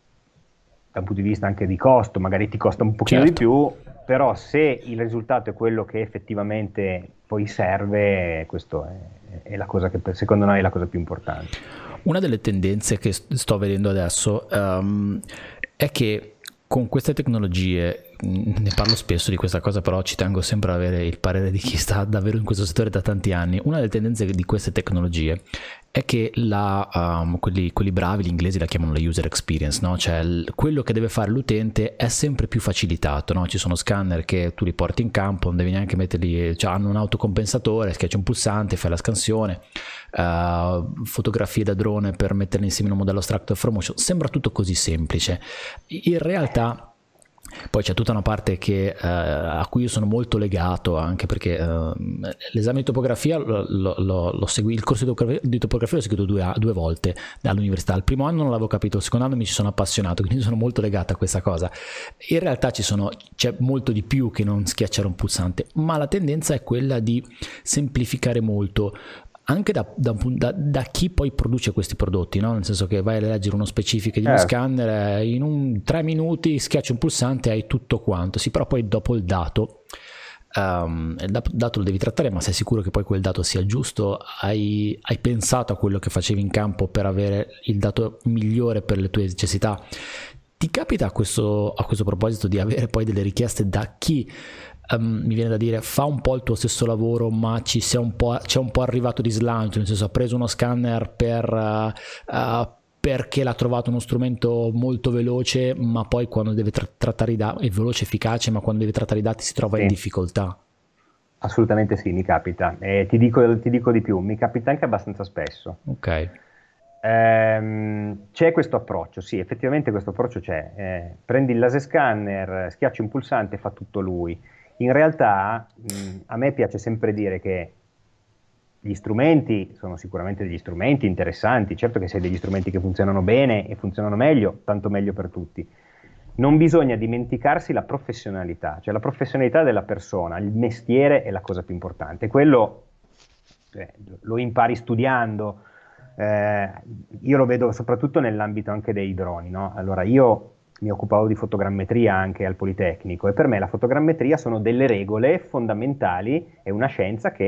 da un punto di vista anche di costo, magari ti costa un pochino Certo. di più, però se il risultato è quello che effettivamente poi serve, questo è, è la cosa che per, secondo noi è la cosa più importante. Una delle tendenze che sto vedendo adesso um, è che con queste tecnologie, ne parlo spesso di questa cosa, però ci tengo sempre ad avere il parere di chi sta davvero in questo settore da tanti anni. Una delle tendenze di queste tecnologie è che la, um, quelli, quelli bravi, gli inglesi la chiamano la user experience, no? Cioè il, quello che deve fare l'utente è sempre più facilitato, no? Ci sono scanner che tu li porti in campo, non devi neanche metterli, cioè hanno un autocompensatore, schiacci un pulsante, fai la scansione, uh, fotografie da drone per metterle insieme in un modello structure for motion, sembra tutto così semplice. In realtà poi c'è tutta una parte che, eh, a cui io sono molto legato, anche perché eh, l'esame di topografia lo, lo, lo, lo segui, il corso di topografia, di topografia l'ho seguito due, due volte all'università. Il primo anno non l'avevo capito, il secondo anno mi ci sono appassionato, quindi sono molto legato a questa cosa. In realtà ci sono, c'è molto di più che non schiacciare un pulsante, ma la tendenza è quella di semplificare molto, anche da, da, da, da chi poi produce questi prodotti, no? Nel senso che vai a leggere uno specifico di uno Eh. scanner, in un tre minuti schiacci un pulsante e hai tutto quanto. Sì, però poi dopo il dato, um, il dato lo devi trattare, ma sei sicuro che poi quel dato sia giusto? Hai, hai pensato a quello che facevi in campo per avere il dato migliore per le tue necessità? Ti capita a questo, a questo proposito di avere poi delle richieste da chi Um, mi viene da dire fa un po' il tuo stesso lavoro, ma ci sia un po', c'è un po' arrivato di slancio, nel senso ha preso uno scanner per, uh, uh, perché l'ha trovato uno strumento molto veloce, ma poi quando deve tra- trattare i dati è veloce, efficace, ma quando deve trattare i dati si trova Sì. in difficoltà. Assolutamente sì, mi capita. E ti dico, ti dico di più, mi capita anche abbastanza spesso. Ok. Ehm, c'è questo approccio, sì, effettivamente questo approccio c'è. Eh, prendi il laser scanner, schiacci un pulsante e fa tutto lui. In realtà mh, a me piace sempre dire che gli strumenti sono sicuramente degli strumenti interessanti, certo che se hai degli strumenti che funzionano bene e funzionano meglio, tanto meglio per tutti. Non bisogna dimenticarsi la professionalità, cioè la professionalità della persona, il mestiere è la cosa più importante. Quello eh, lo impari studiando, eh, io lo vedo soprattutto nell'ambito anche dei droni, no? Allora io mi occupavo di fotogrammetria anche al Politecnico e per me la fotogrammetria sono delle regole fondamentali, è una scienza che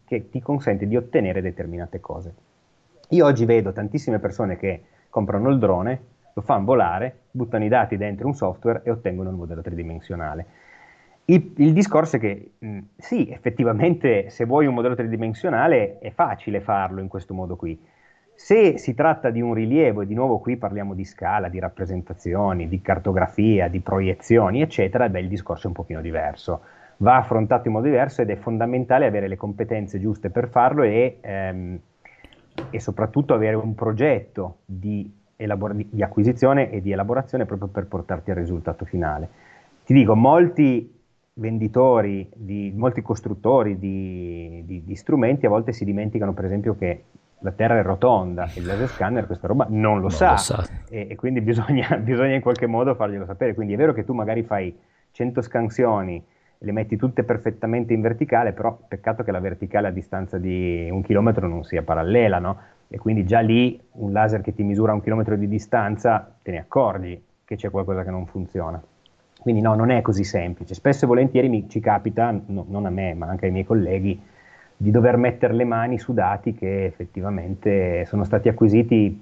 che ti consente di ottenere determinate cose. Io oggi vedo tantissime persone che comprano il drone, lo fanno volare, buttano i dati dentro un software e ottengono un modello tridimensionale. Il, il discorso è che mh, sì, effettivamente se vuoi un modello tridimensionale è facile farlo in questo modo qui. Se si tratta di un rilievo, e di nuovo qui parliamo di scala, di rappresentazioni, di cartografia, di proiezioni, eccetera, beh, il discorso è un pochino diverso. Va affrontato in modo diverso ed è fondamentale avere le competenze giuste per farlo e, ehm, e soprattutto avere un progetto di, elabor- di acquisizione e di elaborazione proprio per portarti al risultato finale. Ti dico, molti venditori, di, molti costruttori di, di, di strumenti a volte si dimenticano per esempio che la Terra è rotonda e il laser scanner questa roba non lo non sa, lo sa. E, e quindi bisogna, bisogna in qualche modo farglielo sapere. Quindi è vero che tu magari fai cento scansioni e le metti tutte perfettamente in verticale, però peccato che la verticale a distanza di un chilometro non sia parallela, no? E quindi già lì un laser che ti misura un chilometro di distanza te ne accorgi che c'è qualcosa che non funziona. Quindi no, non è così semplice. Spesso e volentieri mi, ci capita, no, non a me ma anche ai miei colleghi, di dover mettere le mani su dati che effettivamente sono stati acquisiti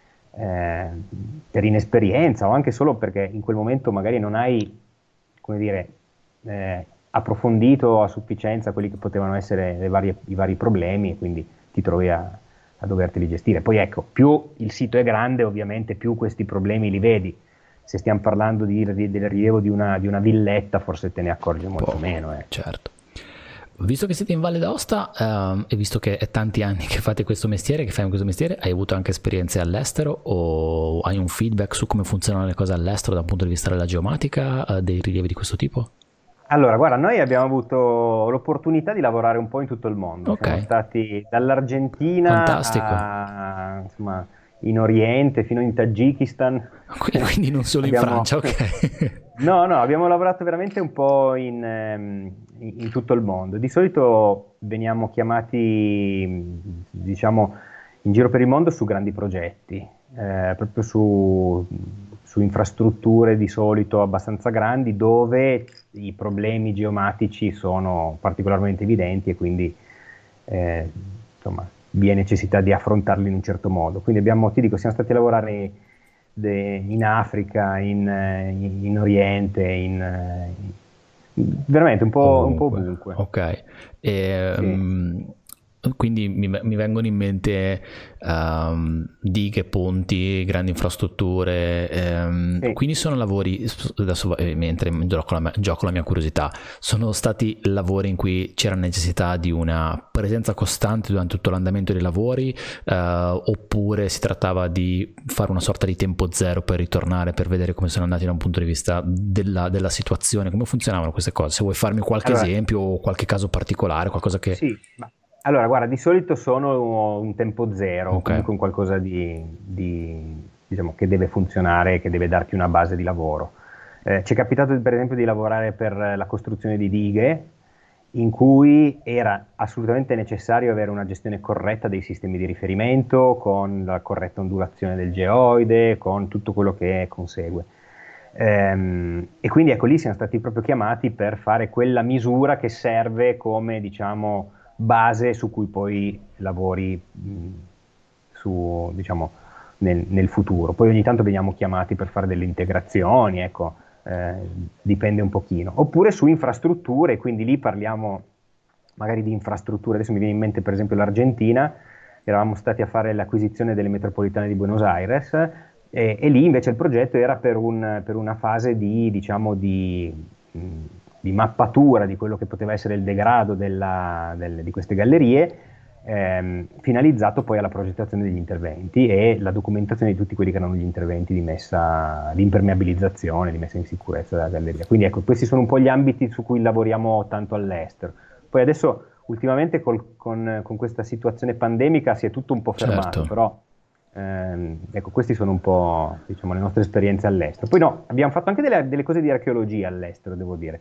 eh, per inesperienza o anche solo perché in quel momento magari non hai, come dire, eh, approfondito a sufficienza quelli che potevano essere le varie, i vari problemi e quindi ti trovi a, a doverteli gestire. Poi ecco, più il sito è grande ovviamente più questi problemi li vedi. Se stiamo parlando di, di, del rilievo di una, di una villetta forse te ne accorgi molto Poco, meno. Eh. Certo. Visto che siete in Valle d'Aosta um, e visto che è tanti anni che fate questo mestiere, che fai questo mestiere, hai avuto anche esperienze all'estero o hai un feedback su come funzionano le cose all'estero dal punto di vista della geomatica, uh, dei rilievi di questo tipo? Allora, guarda, noi abbiamo avuto l'opportunità di lavorare un po' in tutto il mondo. Okay. Siamo stati dall'Argentina a, insomma, in Oriente fino in Tagikistan. Quindi non solo abbiamo... in Francia, ok. No, no, abbiamo lavorato veramente un po' in, in, in tutto il mondo. Di solito veniamo chiamati, diciamo, in giro per il mondo su grandi progetti, eh, proprio su, su infrastrutture di solito abbastanza grandi dove i problemi geomatici sono particolarmente evidenti e quindi eh, insomma, vi è necessità di affrontarli in un certo modo. Quindi abbiamo, ti dico, siamo stati a lavorare De, in Africa, in, in, in Oriente, in, in, veramente un po' ovunque. Un po' ovunque. Ok, e, sì. um, quindi mi, mi vengono in mente um, dighe, ponti, grandi infrastrutture, um, sì. Quindi sono lavori, adesso mentre gioco la, gioco la mia curiosità, sono stati lavori in cui c'era necessità di una presenza costante durante tutto l'andamento dei lavori, uh, oppure si trattava di fare una sorta di tempo zero per ritornare, per vedere come sono andati da un punto di vista della, della situazione, come funzionavano queste cose? Se vuoi farmi qualche allora, esempio o qualche caso particolare, qualcosa che... Sì, ma... Allora, guarda, di solito sono un tempo zero, okay. Comunque un qualcosa di, di, diciamo, che deve funzionare, che deve darti una base di lavoro. Eh, ci è capitato per esempio di lavorare per la costruzione di dighe, in cui era assolutamente necessario avere una gestione corretta dei sistemi di riferimento, con la corretta ondulazione del geoide, con tutto quello che consegue. Ehm, e quindi ecco, lì siamo stati proprio chiamati per fare quella misura che serve come, diciamo, base su cui poi lavori mh, su, diciamo, nel, nel futuro. Poi ogni tanto veniamo chiamati per fare delle integrazioni, ecco, eh, dipende un pochino. Oppure su infrastrutture, quindi lì parliamo magari di infrastrutture. Adesso mi viene in mente per esempio l'Argentina, eravamo stati a fare l'acquisizione delle metropolitane di Buenos Aires e, e lì invece il progetto era per, un, per una fase di, diciamo, di... Mh, di mappatura di quello che poteva essere il degrado della, del, di queste gallerie, ehm, finalizzato poi alla progettazione degli interventi e la documentazione di tutti quelli che erano gli interventi di messa, di impermeabilizzazione, di messa in sicurezza della galleria. Quindi ecco, questi sono un po' gli ambiti su cui lavoriamo tanto all'estero. Poi adesso, ultimamente, col, con, con questa situazione pandemica si è tutto un po' fermato, certo. Però ehm, ecco, questi sono un po', diciamo, le nostre esperienze all'estero. Poi no, abbiamo fatto anche delle, delle cose di archeologia all'estero, devo dire.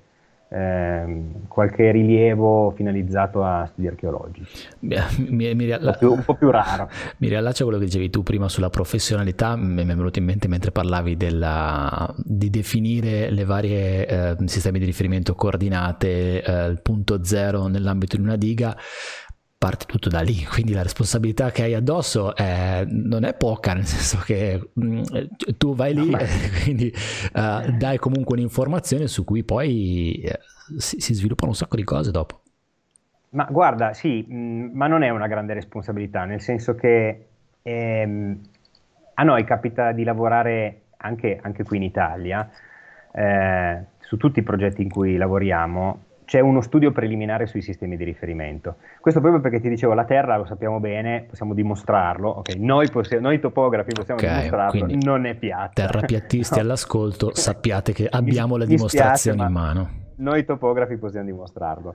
Eh, qualche rilievo finalizzato a studi archeologici, mi, mi, mi rialla... un, po più, un po' più raro. Mi riallaccio a quello che dicevi tu prima sulla professionalità. Mi è venuto in mente mentre parlavi della, di definire le varie eh, sistemi di riferimento, coordinate, eh, il punto zero nell'ambito di una diga. parte tutto da lì, quindi la responsabilità che hai addosso è, non è poca, nel senso che mh, tu vai lì e quindi uh, dai comunque un'informazione su cui poi eh, si, si sviluppano un sacco di cose dopo. Ma guarda, sì, mh, ma non è una grande responsabilità, nel senso che ehm, a noi capita di lavorare anche, anche qui in Italia, eh, su tutti i progetti in cui lavoriamo, c'è uno studio preliminare sui sistemi di riferimento. Questo proprio perché ti dicevo, la Terra lo sappiamo bene, possiamo dimostrarlo, ok? Noi, possiamo, noi topografi possiamo Okay, dimostrarlo, quindi non è piatta. terrapiattisti No. all'ascolto, sappiate che abbiamo Mi, le mi spiace, dimostrazioni in ma mano. noi topografi possiamo dimostrarlo.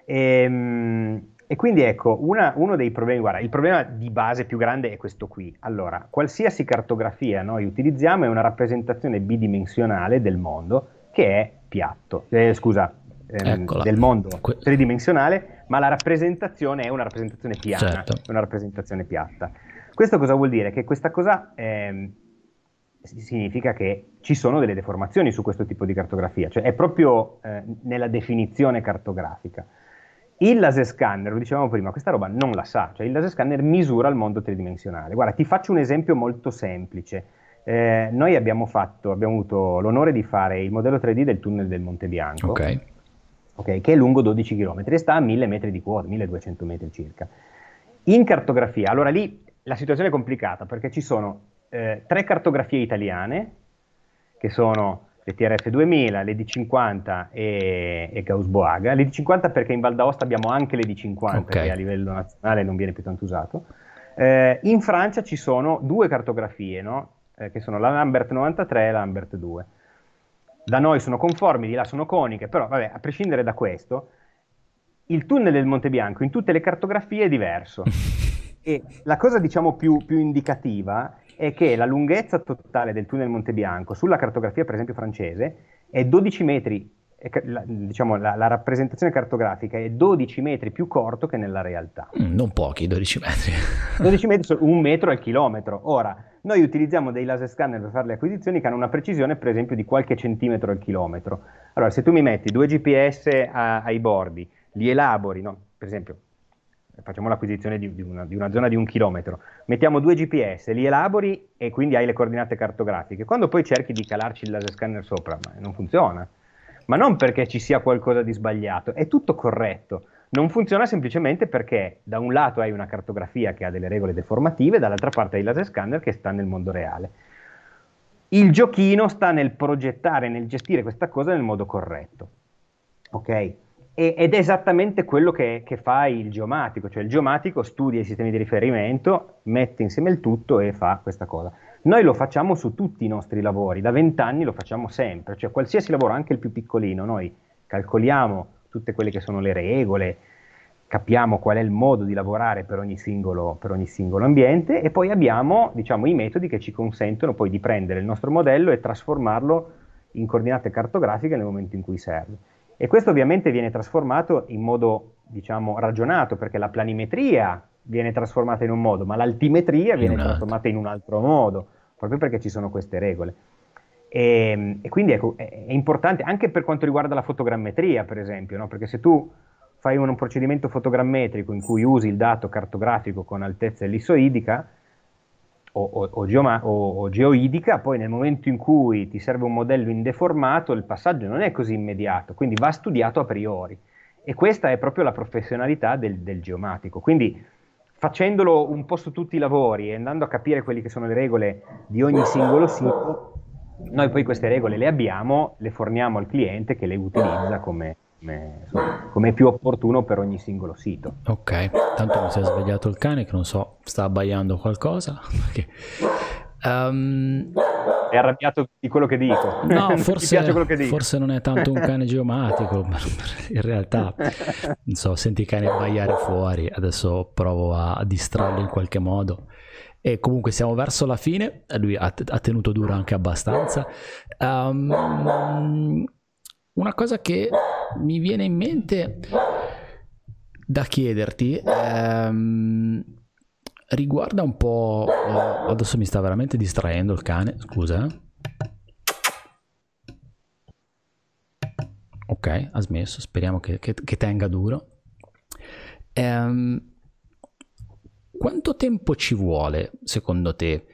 E, e quindi ecco, una- uno dei problemi, guarda, il problema di base più grande è questo qui. Allora, qualsiasi cartografia noi utilizziamo è una rappresentazione bidimensionale del mondo che è piatto, eh, scusa, ehm, Eccola. del mondo Que- tridimensionale, ma la rappresentazione è una rappresentazione piana, certo. è una rappresentazione piatta. Questo cosa vuol dire? Che questa cosa ehm, significa che ci sono delle deformazioni su questo tipo di cartografia, cioè è proprio eh, nella definizione cartografica. Il laser scanner, lo dicevamo prima, questa roba non la sa, cioè il laser scanner misura il mondo tridimensionale. Guarda, ti faccio un esempio molto semplice. Eh, noi abbiamo fatto, abbiamo avuto l'onore di fare il modello tre D del tunnel del Monte Bianco, Ok. okay, che è lungo dodici chilometri e sta a mille metri di quota, milleduecento metri circa. In cartografia, allora lì la situazione è complicata perché ci sono eh, tre cartografie italiane, che sono le T R F duemila, le D cinquanta e, e Gauss-Boaga. Le D cinquanta perché in Val d'Aosta abbiamo anche le D cinquanta, Ok. che a livello nazionale non viene più tanto usato. Eh, in Francia ci sono due cartografie, no? Eh, che sono la Lambert novantatré e la Lambert due. Da noi sono conformi, di là sono coniche, però vabbè, a prescindere da questo, il tunnel del Monte Bianco in tutte le cartografie è diverso. E la cosa, diciamo, più, più indicativa è che la lunghezza totale del tunnel Monte Bianco sulla cartografia, per esempio francese, è dodici metri, è, la, diciamo, la, la rappresentazione cartografica è dodici metri più corto che nella realtà. Mm, non pochi, dodici metri. dodici metri sono un metro al chilometro. Ora, noi utilizziamo dei laser scanner per fare le acquisizioni che hanno una precisione, per esempio, di qualche centimetro al chilometro. Allora, se tu mi metti due G P S a, ai bordi, li elabori, no? Per esempio, facciamo l'acquisizione di, di, una, di una zona di un chilometro, mettiamo due G P S, li elabori e quindi hai le coordinate cartografiche. Quando poi cerchi di calarci il laser scanner sopra, ma non funziona. Ma non perché ci sia qualcosa di sbagliato, è tutto corretto. Non funziona semplicemente perché da un lato hai una cartografia che ha delle regole deformative, dall'altra parte hai il laser scanner che sta nel mondo reale. Il giochino sta nel progettare, nel gestire questa cosa nel modo corretto. Ok? E, ed è esattamente quello che, che fa il geomatico, cioè il geomatico studia i sistemi di riferimento, mette insieme il tutto e fa questa cosa. Noi lo facciamo su tutti i nostri lavori, da vent'anni lo facciamo sempre, cioè qualsiasi lavoro, anche il più piccolino, noi calcoliamo tutte quelle che sono le regole, capiamo qual è il modo di lavorare per ogni singolo, per ogni singolo ambiente e poi abbiamo, diciamo, i metodi che ci consentono poi di prendere il nostro modello e trasformarlo in coordinate cartografiche nel momento in cui serve. E questo ovviamente viene trasformato in modo, diciamo, ragionato, perché la planimetria viene trasformata in un modo, ma l'altimetria viene trasformata in un altro modo, proprio perché ci sono queste regole. E, e quindi ecco, è, è importante anche per quanto riguarda la fotogrammetria, per esempio, no? Perché se tu fai un, un procedimento fotogrammetrico in cui usi il dato cartografico con altezza ellissoidica o, o, o, geoma- o, o geoidica, poi nel momento in cui ti serve un modello indeformato, il passaggio non è così immediato, quindi va studiato a priori. E questa è proprio la professionalità del, del geomatico. Quindi facendolo un po' su tutti i lavori e andando a capire quelle che sono le regole di ogni singolo sito, noi poi queste regole le abbiamo, le forniamo al cliente che le utilizza come, come, insomma, come è più opportuno per ogni singolo sito. Ok, tanto mi si è svegliato il cane che non so, sta abbaiando qualcosa. Perché... Um... È arrabbiato di quello che dico. No, non forse, ti piace quello che dico. Forse non è tanto un cane geomatico, in realtà, non so, senti i cani abbaiare fuori, adesso provo a distrarlo in qualche modo. E comunque siamo verso la fine, lui ha, ha tenuto duro anche abbastanza. Um, una cosa che mi viene in mente da chiederti ehm, riguarda un po'... Oh, adesso mi sta veramente distraendo il cane, scusa. Ok, ha smesso, speriamo che, che, che tenga duro. Ehm, quanto tempo ci vuole, secondo te,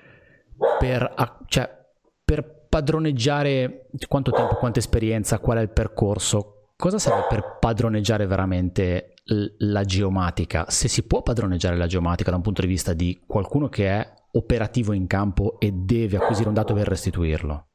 per, cioè, per padroneggiare, quanto tempo, quanta esperienza, qual è il percorso, cosa serve per padroneggiare veramente la geomatica, se si può padroneggiare la geomatica da un punto di vista di qualcuno che è operativo in campo e deve acquisire un dato per restituirlo?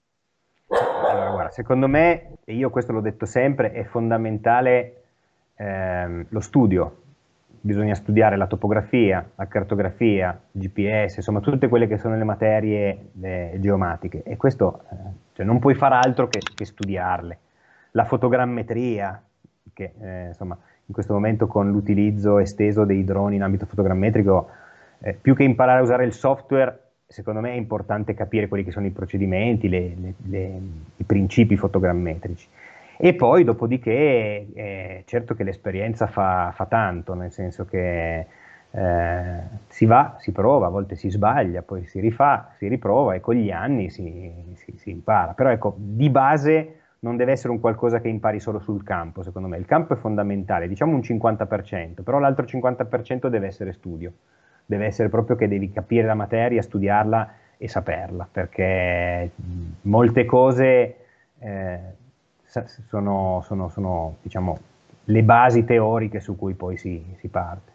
Allora, guarda, secondo me, e io questo l'ho detto sempre, è fondamentale ehm, lo studio. Bisogna studiare la topografia, la cartografia, il G P S, insomma tutte quelle che sono le materie eh, geomatiche, e questo eh, cioè non puoi far altro che, che studiarle. La fotogrammetria, che eh, insomma in questo momento con l'utilizzo esteso dei droni in ambito fotogrammetrico, eh, più che imparare a usare il software, secondo me è importante capire quelli che sono i procedimenti, le, le, le, i principi fotogrammetrici. E poi dopodiché, eh, certo che l'esperienza fa, fa tanto, nel senso che eh, si va, si prova, a volte si sbaglia, poi si rifà, si riprova e con gli anni si, si, si impara. Però ecco, di base non deve essere un qualcosa che impari solo sul campo, secondo me. Il campo è fondamentale, diciamo un cinquanta per cento, però l'altro cinquanta per cento deve essere studio. Deve essere proprio che devi capire la materia, studiarla e saperla, perché molte cose... Eh, Sono, sono, sono diciamo, le basi teoriche su cui poi si, si parte.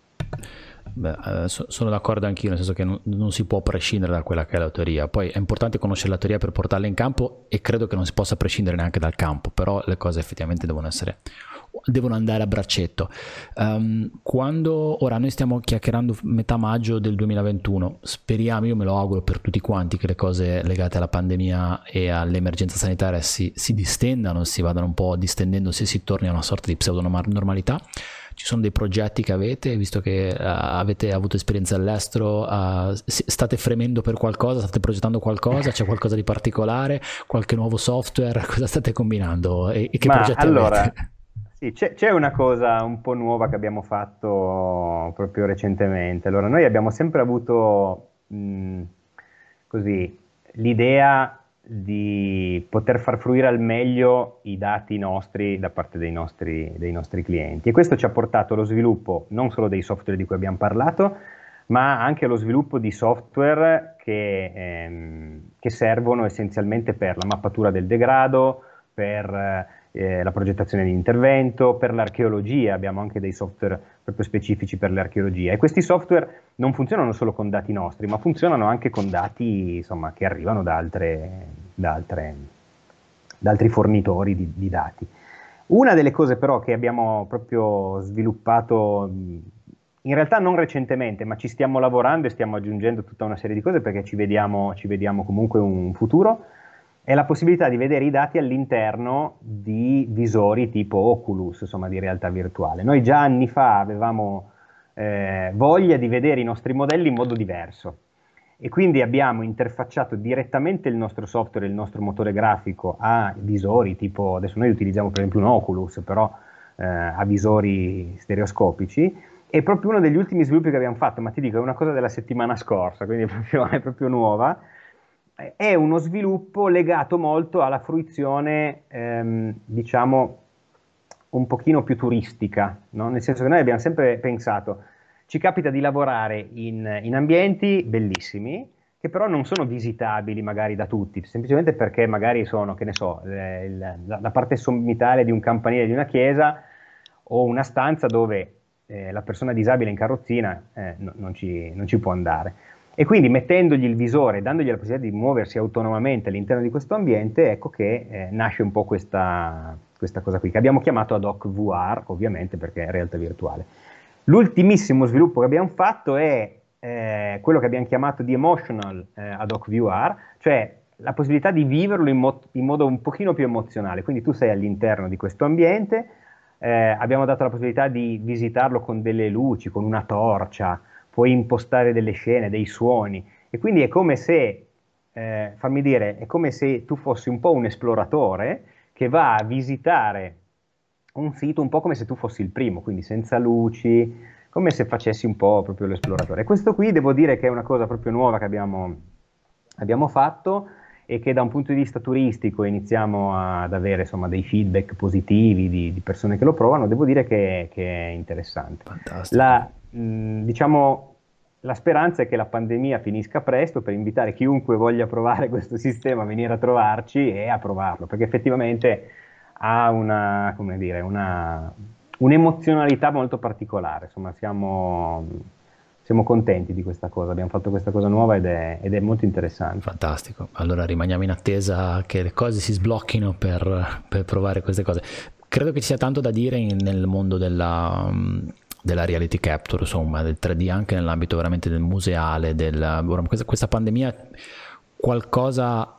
Beh, eh, so, sono d'accordo anch'io, nel senso che non, non si può prescindere da quella che è la teoria. Poi è importante conoscere la teoria per portarla in campo, e credo che non si possa prescindere neanche dal campo, però le cose effettivamente devono essere, devono andare a braccetto. Um, quando ora noi stiamo chiacchierando metà maggio del duemilaventuno, speriamo, io me lo auguro per tutti quanti, che le cose legate alla pandemia e all'emergenza sanitaria si, si distendano, si vadano un po' distendendo, se si torni a una sorta di pseudo normalità. Ci sono dei progetti che avete, visto che uh, avete avuto esperienze all'estero, uh, state fremendo per qualcosa, state progettando qualcosa, c'è qualcosa di particolare, qualche nuovo software, cosa state combinando e, e che Ma progetti allora, avete? sì, c'è, c'è una cosa un po' nuova che abbiamo fatto proprio recentemente. Allora, noi abbiamo sempre avuto mh, così l'idea di poter far fruire al meglio i dati nostri da parte dei nostri, dei nostri clienti, e questo ci ha portato allo sviluppo non solo dei software di cui abbiamo parlato, ma anche allo sviluppo di software che, ehm, che servono essenzialmente per la mappatura del degrado, per eh, la progettazione di intervento, per l'archeologia. Abbiamo anche dei software proprio specifici per l'archeologia, e questi software non funzionano solo con dati nostri, ma funzionano anche con dati, insomma, che arrivano da, altre, da, altre, da altri fornitori di, di dati. Una delle cose però che abbiamo proprio sviluppato, in realtà non recentemente, ma ci stiamo lavorando e stiamo aggiungendo tutta una serie di cose, perché ci vediamo, ci vediamo comunque un futuro, è la possibilità di vedere i dati all'interno di visori tipo Oculus, insomma di realtà virtuale. Noi già anni fa avevamo eh, voglia di vedere i nostri modelli in modo diverso, e quindi abbiamo interfacciato direttamente il nostro software, il nostro motore grafico a visori tipo, adesso noi utilizziamo per esempio un Oculus, però eh, a visori stereoscopici. È proprio uno degli ultimi sviluppi che abbiamo fatto, ma ti dico, è una cosa della settimana scorsa, quindi è proprio, è proprio nuova. È uno sviluppo legato molto alla fruizione, ehm, diciamo, un pochino più turistica, no? Nel senso che noi abbiamo sempre pensato, ci capita di lavorare in, in ambienti bellissimi, che però non sono visitabili magari da tutti, semplicemente perché magari sono, che ne so, eh, il, la, la parte sommitale di un campanile di una chiesa, o una stanza dove eh, la persona disabile in carrozzina eh, no, non, ci, non ci può andare. E quindi mettendogli il visore, dandogli la possibilità di muoversi autonomamente all'interno di questo ambiente, ecco che eh, nasce un po' questa, questa cosa qui, che abbiamo chiamato ad hoc V R, ovviamente perché è realtà virtuale. L'ultimissimo sviluppo che abbiamo fatto è eh, quello che abbiamo chiamato di emotional eh, ad hoc V R, cioè la possibilità di viverlo in, mo- in modo un pochino più emozionale. Quindi tu sei all'interno di questo ambiente, eh, abbiamo dato la possibilità di visitarlo con delle luci, con una torcia, puoi impostare delle scene, dei suoni, e quindi è come se, eh, fammi dire, è come se tu fossi un po' un esploratore che va a visitare un sito un po' come se tu fossi il primo, quindi senza luci, come se facessi un po' proprio l'esploratore. E questo qui devo dire che è una cosa proprio nuova che abbiamo, abbiamo fatto, e che da un punto di vista turistico iniziamo ad avere insomma dei feedback positivi di, di persone che lo provano, devo dire che, che è interessante. Fantastico. La, mh, diciamo, la speranza è che la pandemia finisca presto per invitare chiunque voglia provare questo sistema a venire a trovarci e a provarlo, perché effettivamente ha una, come dire, una, un'emozionalità molto particolare. Insomma, siamo... Siamo contenti di questa cosa, abbiamo fatto questa cosa nuova ed è, ed è molto interessante. Fantastico, allora rimaniamo in attesa che le cose si sblocchino per, per provare queste cose. Credo che ci sia tanto da dire in, nel mondo della, della reality capture, insomma, del tre D, anche nell'ambito veramente del museale, del, questa, questa pandemia qualcosa...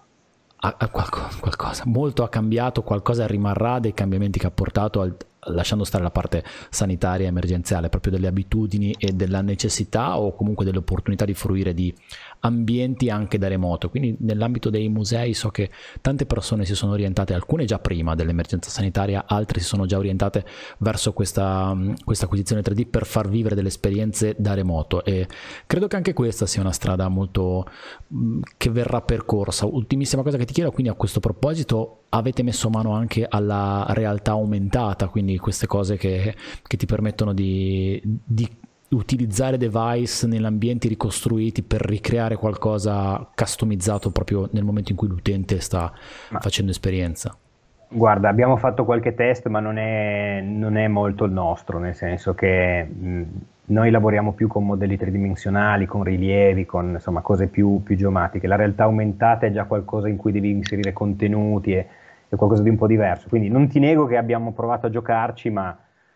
qualcosa molto ha cambiato, qualcosa rimarrà dei cambiamenti che ha portato al, lasciando stare la parte sanitaria emergenziale, proprio delle abitudini e della necessità o comunque dell'opportunità di fruire di ambienti anche da remoto. Quindi nell'ambito dei musei so che tante persone si sono orientate, alcune già prima dell'emergenza sanitaria, altre si sono già orientate verso questa, questa acquisizione tre D per far vivere delle esperienze da remoto, e credo che anche questa sia una strada molto che verrà percorsa. Ultimissima cosa che ti chiedo, quindi, a questo proposito, avete messo mano anche alla realtà aumentata, quindi queste cose che, che ti permettono di, di utilizzare device negli ambienti ricostruiti per ricreare qualcosa customizzato proprio nel momento in cui l'utente sta ma, facendo esperienza? Guarda, abbiamo fatto qualche test, ma non è, non è molto il nostro, nel senso che mh, noi lavoriamo più con modelli tridimensionali, con rilievi, con insomma cose più, più geometriche. La realtà aumentata è già qualcosa in cui devi inserire contenuti, e è qualcosa di un po' diverso. Quindi non ti nego che abbiamo provato a giocarci, ma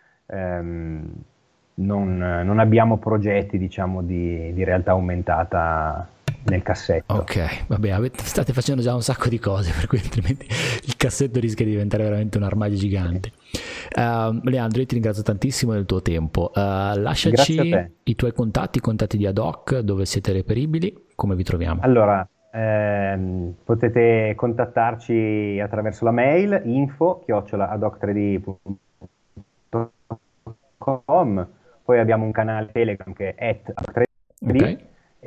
ehm, non, non abbiamo progetti, diciamo, di, di realtà aumentata nel cassetto. Ok, vabbè, state facendo già un sacco di cose, per cui altrimenti il cassetto rischia di diventare veramente un armadio gigante. Uh, Leandro, io ti ringrazio tantissimo del tuo tempo. Uh, lasciaci i tuoi contatti, i contatti di Ad-Hoc, dove siete reperibili, come vi troviamo? Allora, ehm, potete contattarci attraverso la mail info chiocciola adoc tre d punto com, poi abbiamo un canale Telegram che è at adoc tre d. Okay.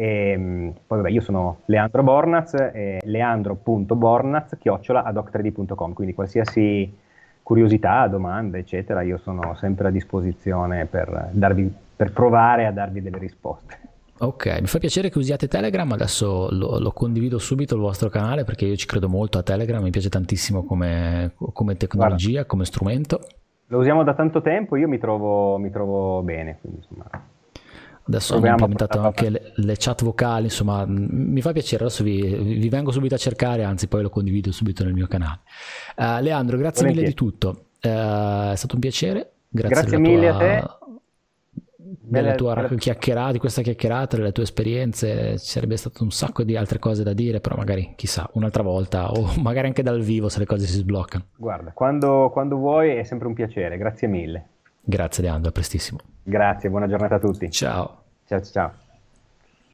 E poi vabbè, io sono Leandro Bornaz, e leandro punto bornaz chiocciola adoc tre d punto com, quindi qualsiasi curiosità, domande, eccetera, io sono sempre a disposizione per, darvi, per provare a darvi delle risposte. Ok, mi fa piacere che usiate Telegram, adesso lo, lo condivido subito il vostro canale, perché io ci credo molto a Telegram, mi piace tantissimo come, come tecnologia, Guarda, come strumento. Lo usiamo da tanto tempo, io mi trovo, mi trovo bene, quindi insomma... Adesso hanno implementato anche le, le chat vocali, insomma mi fa piacere, adesso vi, vi vengo subito a cercare, anzi poi lo condivido subito nel mio canale. Uh, Leandro, grazie Volentieri. mille di tutto, uh, è stato un piacere, grazie, grazie mille tua, a te. Della tua bella... chiacchierata, di questa chiacchierata, delle tue esperienze. Ci sarebbe stato un sacco di altre cose da dire, però magari chissà un'altra volta, o magari anche dal vivo se le cose si sbloccano. Guarda, quando, quando vuoi è sempre un piacere, grazie mille. Grazie Leandro, a prestissimo. Grazie, buona giornata a tutti. Ciao. Ciao ciao.